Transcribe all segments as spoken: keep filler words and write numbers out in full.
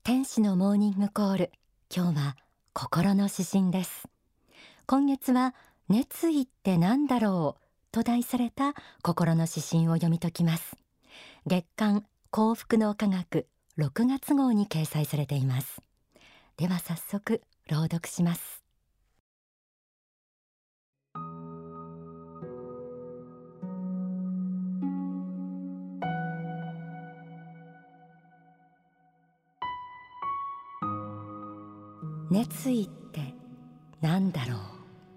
天使のモーニングコール。今日は心の指針です。今月は熱意って何だろうと題された心の指針を読み解きます。月刊幸福の科学ろくがつ号に掲載されています。では早速朗読します。熱意って何だろう。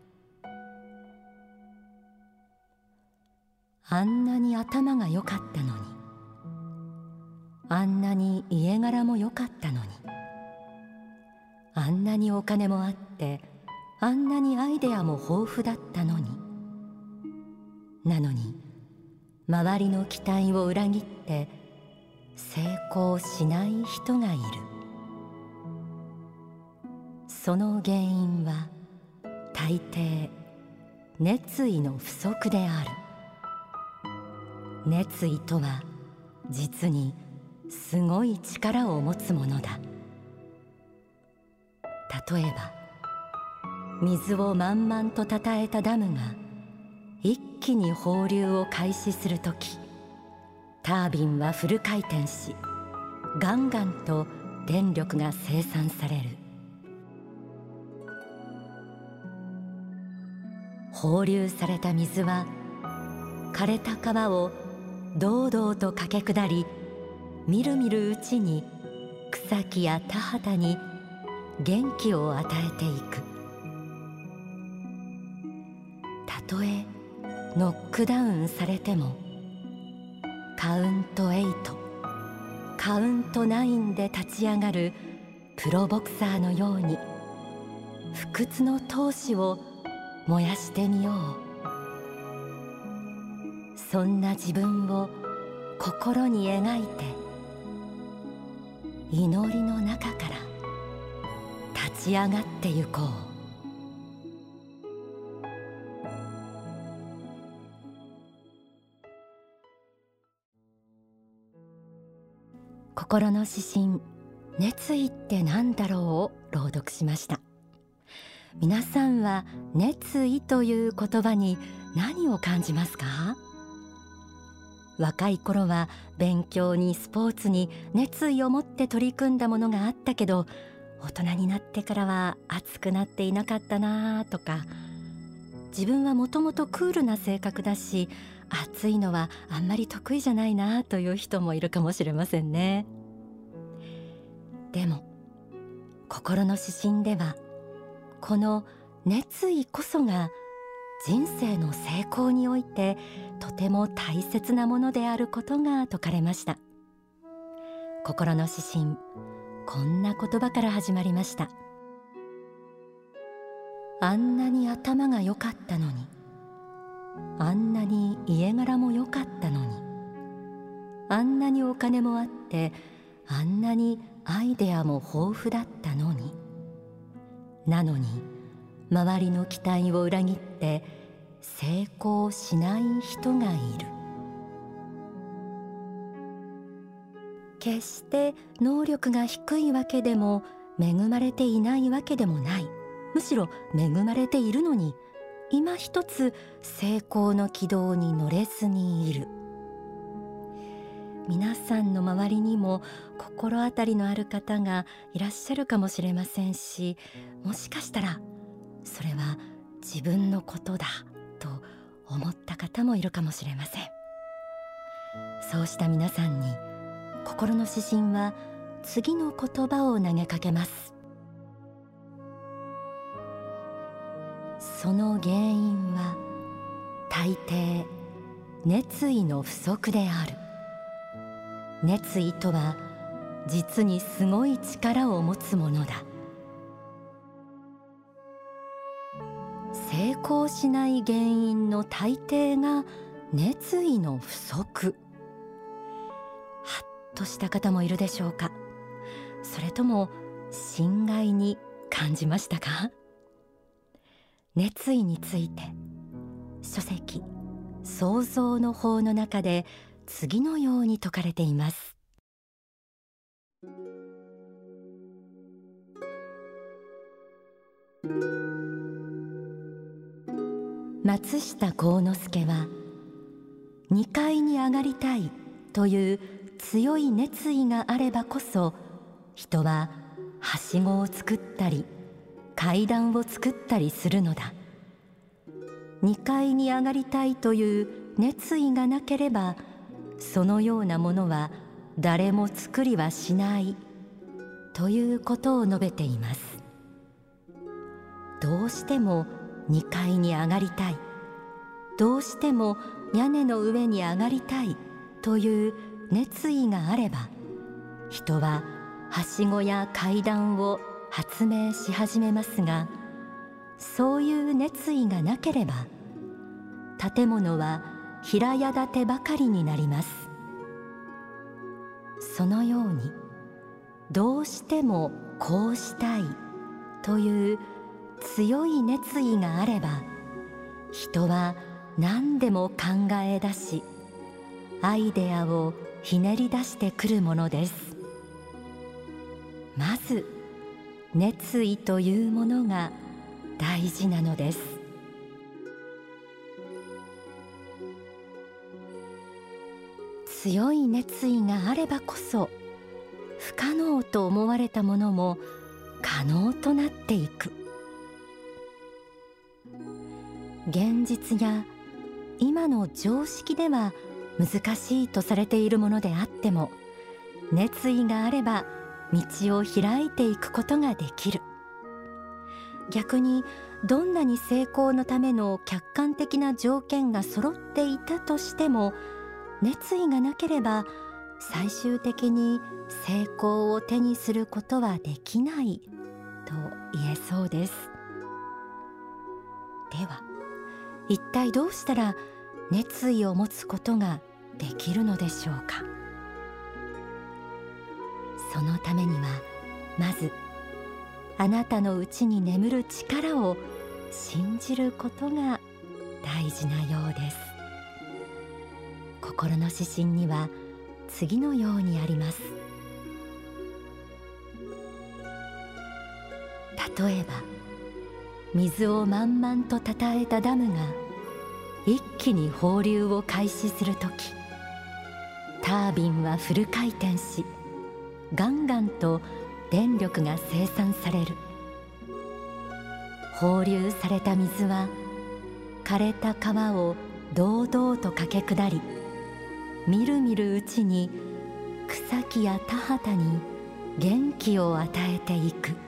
あんなに頭が良かったのに、あんなに家柄も良かったのに、あんなにお金もあってあんなにアイデアも豊富だったのに、なのに周りの期待を裏切って成功しない人がいる。その原因は大抵熱意の不足である。熱意とは実にすごい力を持つものだ。例えば水を満々とたたえたダムが一気に放流を開始するとき、タービンはフル回転し、ガンガンと電力が生産される。放流された水は枯れた川を堂々と駆け下り、みるみるうちに草木や田畑に元気を与えていく。たとえノックダウンされても、カウントエイト、カウントナインで立ち上がるプロボクサーのように不屈の闘志を燃やしてみよう。そんな自分を心に描いて、祈りの中から立ち上がってゆこう。心の指針、熱意って何だろうを朗読しました。皆さんは熱意という言葉に何を感じますか？若い頃は勉強にスポーツに熱意を持って取り組んだものがあったけど、大人になってからは熱くなっていなかったなとか、自分はもともとクールな性格だし、熱いのはあんまり得意じゃないなという人もいるかもしれませんね。でも心の指針では、この熱意こそが人生の成功においてとても大切なものであることが説かれました。心の指針、こんな言葉から始まりました。あんなに頭が良かったのに、あんなに家柄も良かったのに、あんなにお金もあってあんなにアイデアも豊富だったのに、なのに周りの期待を裏切って成功しない人がいる。決して能力が低いわけでも恵まれていないわけでもない。むしろ恵まれているのに、今一つ成功の軌道に乗れずにいる。皆さんの周りにも心当たりのある方がいらっしゃるかもしれませんし、もしかしたらそれは自分のことだと思った方もいるかもしれません。そうした皆さんに心の指針は次の言葉を投げかけます。その原因は大抵熱意の不足である。熱意とは実にすごい力を持つものだ。成功しない原因の大抵が熱意の不足。はっとした方もいるでしょうか。それとも心外に感じましたか？熱意について書籍創造の法の中で次のように説かれています。 松下幸之助は、にかいに上がりたいという強い熱意があればこそ、人ははしごを作ったり階段を作ったりするのだ。にかいに上がりたいという熱意がなければ、そのようなものは誰も作りはしないということを述べています。どうしてもにかいに上がりたい、どうしても屋根の上に上がりたいという熱意があれば、人ははしごや階段を発明し始めますが、そういう熱意がなければ、建物は平屋建てばかりになります。そのように、どうしてもこうしたいという強い熱意があれば、人は何でも考え出し、アイデアをひねり出してくるものです。まず熱意というものが大事なのです。強い熱意があればこそ、不可能と思われたものも可能となっていく。現実や今の常識では難しいとされているものであっても、熱意があれば道を開いていくことができる。逆に、どんなに成功のための客観的な条件が揃っていたとしても、熱意がなければ最終的に成功を手にすることはできないと言えそうです。では、一体どうしたら熱意を持つことができるのでしょうか。そのためには、まずあなたのうちに眠る力を信じることが大事なようです。心の指針には次のようにあります。例えば、水を満々とたたえたダムが一気に放流を開始するとき、タービンはフル回転し、ガンガンと電力が生産される。放流された水は枯れた川を堂々と駆け下り、みるみるうちに草木や田畑に元気を与えていく。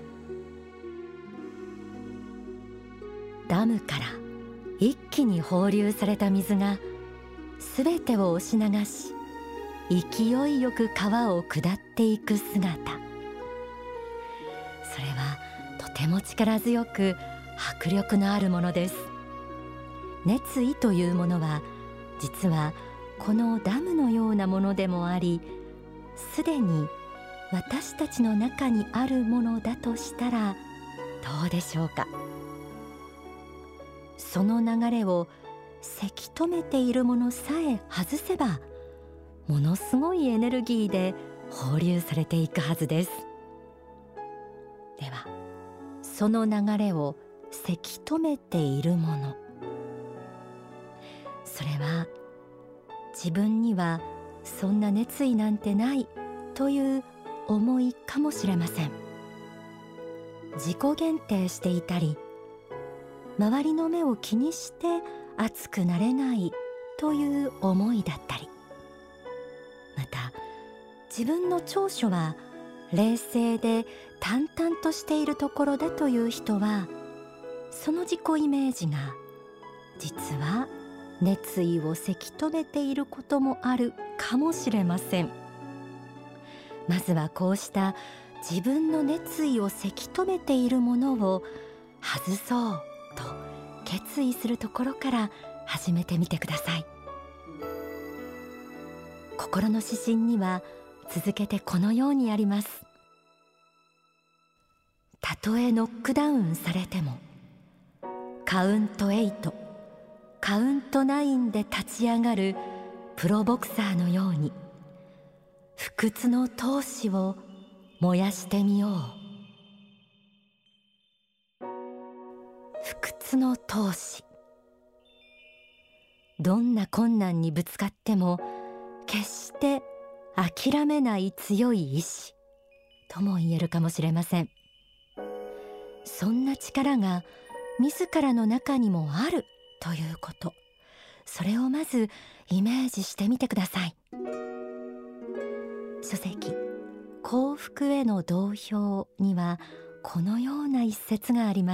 ダムから一気に放流された水がすべてを押し流し、勢いよく川を下っていく姿、それはとても力強く迫力のあるものです。熱意というものは、実はこのダムのようなものでもあり、すでに私たちの中にあるものだとしたらどうでしょうか。その流れをせき止めているものさえ外せば、ものすごいエネルギーで放流されていくはずです。では、その流れをせき止めているもの、それは自分にはそんな熱意なんてないという思いかもしれません。自己限定していたり、周りの目を気にして熱くなれないという思いだったり、また自分の長所は冷静で淡々としているところだという人は、その自己イメージが実は熱意をせき止めていることもあるかもしれません。まずはこうした自分の熱意をせき止めているものを外そうと決意するところから始めてみてください。心の指針には続けてこのようにあります。たとえノックダウンされても、カウントエイト、カウントナインで立ち上がるプロボクサーのように、不屈の闘志を燃やしてみよう。 不屈の闘志。どんな困難にぶつかっても決して諦めない強い意志とも言えるかもしれません。そんな力が自らの中にもあるということ、それをまずイメージしてみてください。書籍幸福への道標にはこのような一節があります。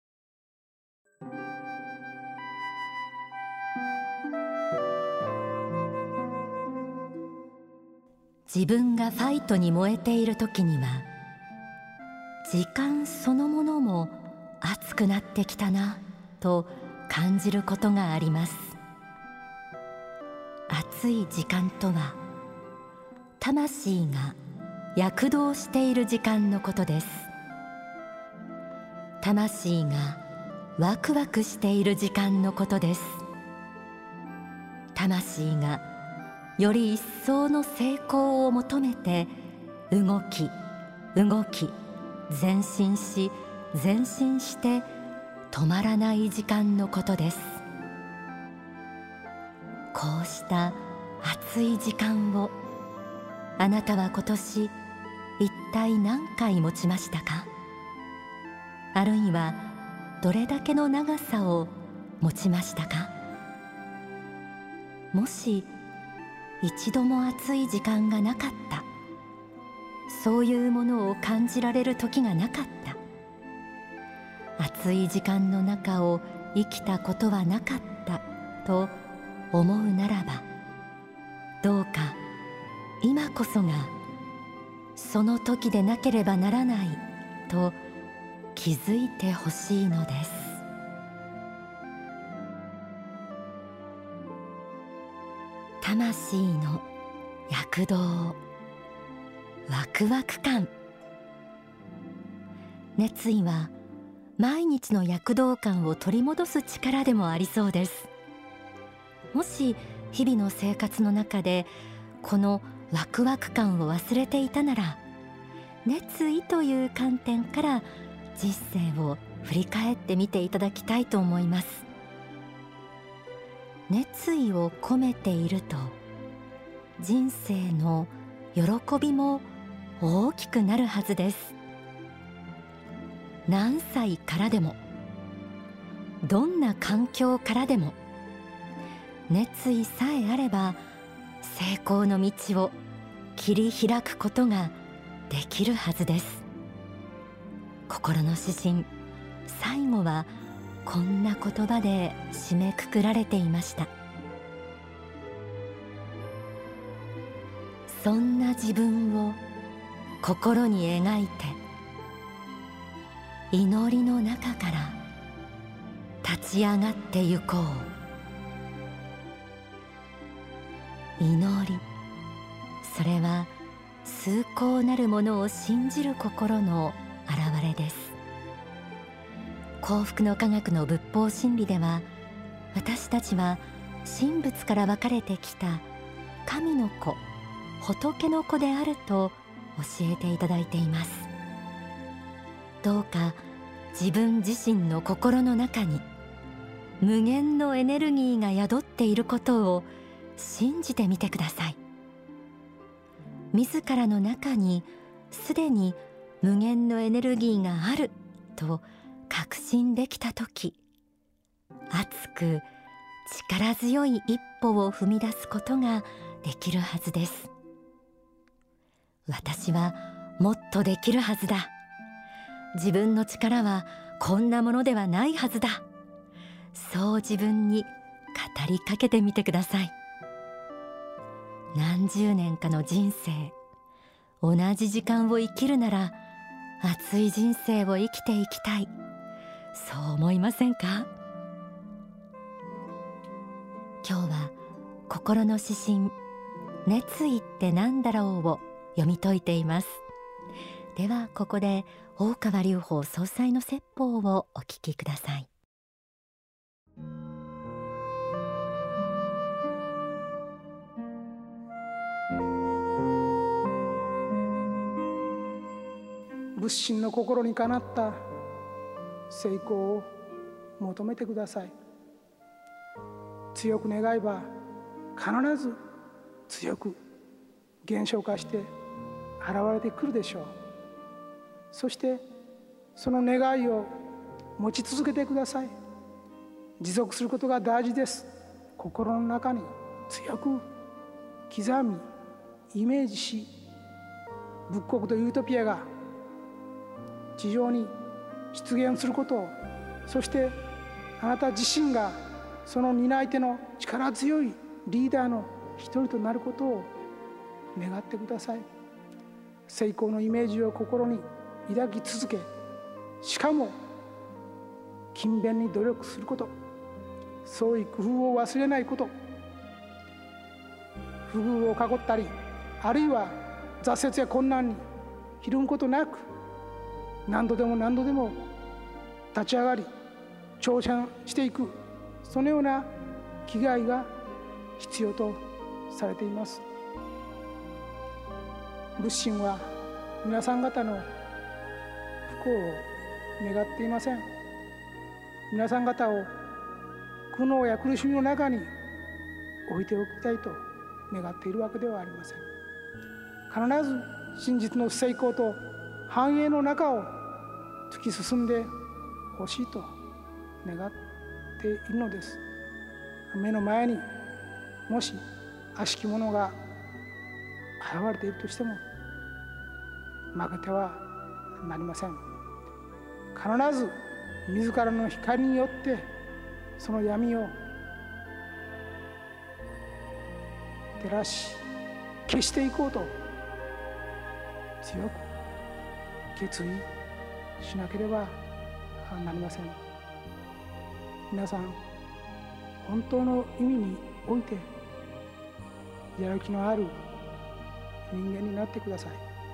自分がファイトに燃えている時には時間そのものも熱くなってきたなと感じることがあります。熱い時間とは魂が躍動している時間のことです。魂がワクワクしている時間のことです。魂がより一層の成功を求めて動き動き前進し前進して止まらない時間のことです。こうした熱い時間をあなたは今年一体何回持ちましたか？あるいはどれだけの長さを持ちましたか？もし一度も熱い時間がなかった、そういうものを感じられる時がなかった、熱い時間の中を生きたことはなかったと思うならば、どうか今こそがその時でなければならないと気づいてほしいのです。魂の躍動、ワクワク感。熱意は毎日の躍動感を取り戻す力でもありそうです。もし日々の生活の中でこのワクワク感を忘れていたなら、熱意という観点から人生を振り返ってみていただきたいと思います。熱意を込めていると人生の喜びも大きくなるはずです。何歳からでもどんな環境からでも熱意さえあれば成功の道を切り開くことができるはずです。心の指針、最後はこんな言葉で締めくくられていました。そんな自分を心に描いて、祈りの中から立ち上がってゆこう。祈り、それは崇高なるものを信じる心の表れです。幸福の科学の仏法真理では、私たちは神仏から分かれてきた神の子、仏の子であると教えていただいています。どうか自分自身の心の中に無限のエネルギーが宿っていることを信じてみてください。自らの中にすでに無限のエネルギーがあると確信できたとき、熱く力強い一歩を踏み出すことができるはずです。私はもっとできるはずだ。自分の力はこんなものではないはずだ。そう自分に語りかけてみてください。何十年かの人生、同じ時間を生きるなら熱い人生を生きていきたい、そう思いませんか？今日は心の指針、熱意って何だろうを読み解いています。ではここで大川隆法総裁の説法をお聞きください。 仏心の心にかなった成功を求めてください。強く願えば必ず強く現象化して現れてくるでしょう。そしてその願いを持ち続けてください。持続することが大事です。心の中に強く刻みイメージし、仏国とユートピアが地上に出現することを、そしてあなた自身がその担い手の力強いリーダーの一人となることを願ってください。成功のイメージを心に抱き続け、しかも勤勉に努力すること、創意工夫を忘れないこと、不遇を囲ったり、あるいは挫折や困難にひるむことなく、何度でも何度でも立ち上がり挑戦していく、そのような気概が必要とされています。仏心は皆さん方の不幸を願っていません。皆さん方を苦悩や苦しみの中に置いておきたいと願っているわけではありません。必ず真実の成功と繁栄の中を突き進んでほしいと願っているのです。目の前にもし悪しき者が現れているとしても負けてはなりません。必ず自らの光によってその闇を照らし消していこうと強く決意しなければなりません。皆さん、本当の意味においてやる気のある人間になってください。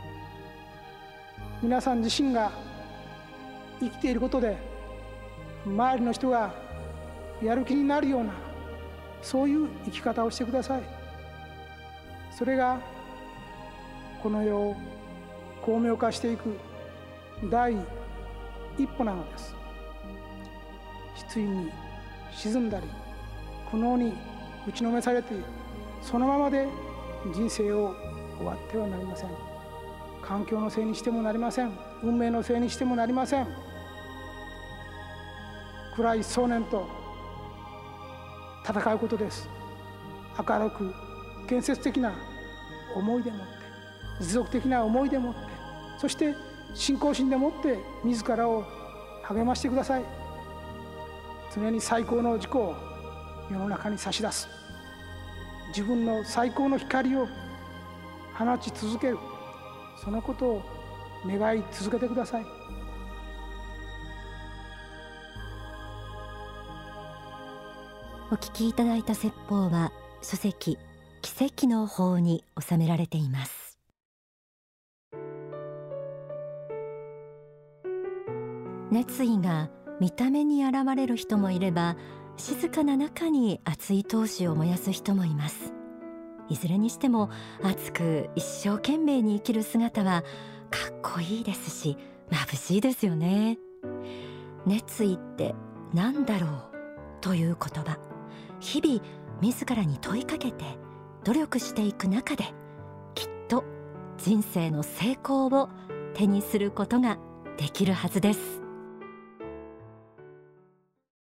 皆さん自身が生きていることで周りの人がやる気になるような、そういう生き方をしてください。それがこの世を巧妙化していく第一歩なのです。失意に沈んだり苦悩に打ちのめされてそのままで人生を終わってはなりません。環境のせいにしてもなりません。運命のせいにしてもなりません。暗い想念と戦うことです。明るく建設的な思いでもって、持続的な思いでもって、そして信仰心でもって自らを励ましてください。常に最高の自己を世の中に差し出す、自分の最高の光を放ち続ける、そのことを願い続けてください。 お聞きいただいた説法は書籍奇跡の法に収められています。熱意が見た目に現れる人もいれば、静かな中に熱い闘志を燃やす人もいます。いずれにしても熱く一生懸命に生きる姿はかっこいいですし、眩しいですよね。熱意って何だろうという言葉、日々自らに問いかけて努力していく中で、きっと人生の成功を手にすることができるはずです。